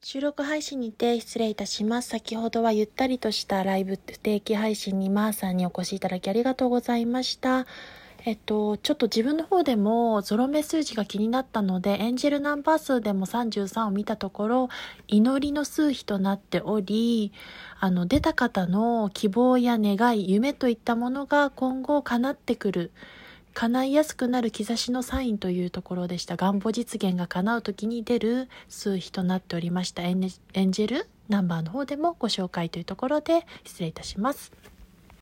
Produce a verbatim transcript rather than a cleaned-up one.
収録配信にて失礼いたします。先ほどはゆったりとしたライブ不定期配信にマーさんにお越しいただきありがとうございました。えっと、ちょっと自分の方でもゾロ目数字が気になったので、エンジェルナンバー数でもさんじゅうさんを見たところ、祈りの数比となっており、あの、出た方の希望や願い、夢といったものが今後叶ってくる。叶いやすくなる兆しのサインというところでした。願望実現が叶う時に出る数比となっておりました。エンジェルナンバーの方でもご紹介というところで失礼いたします。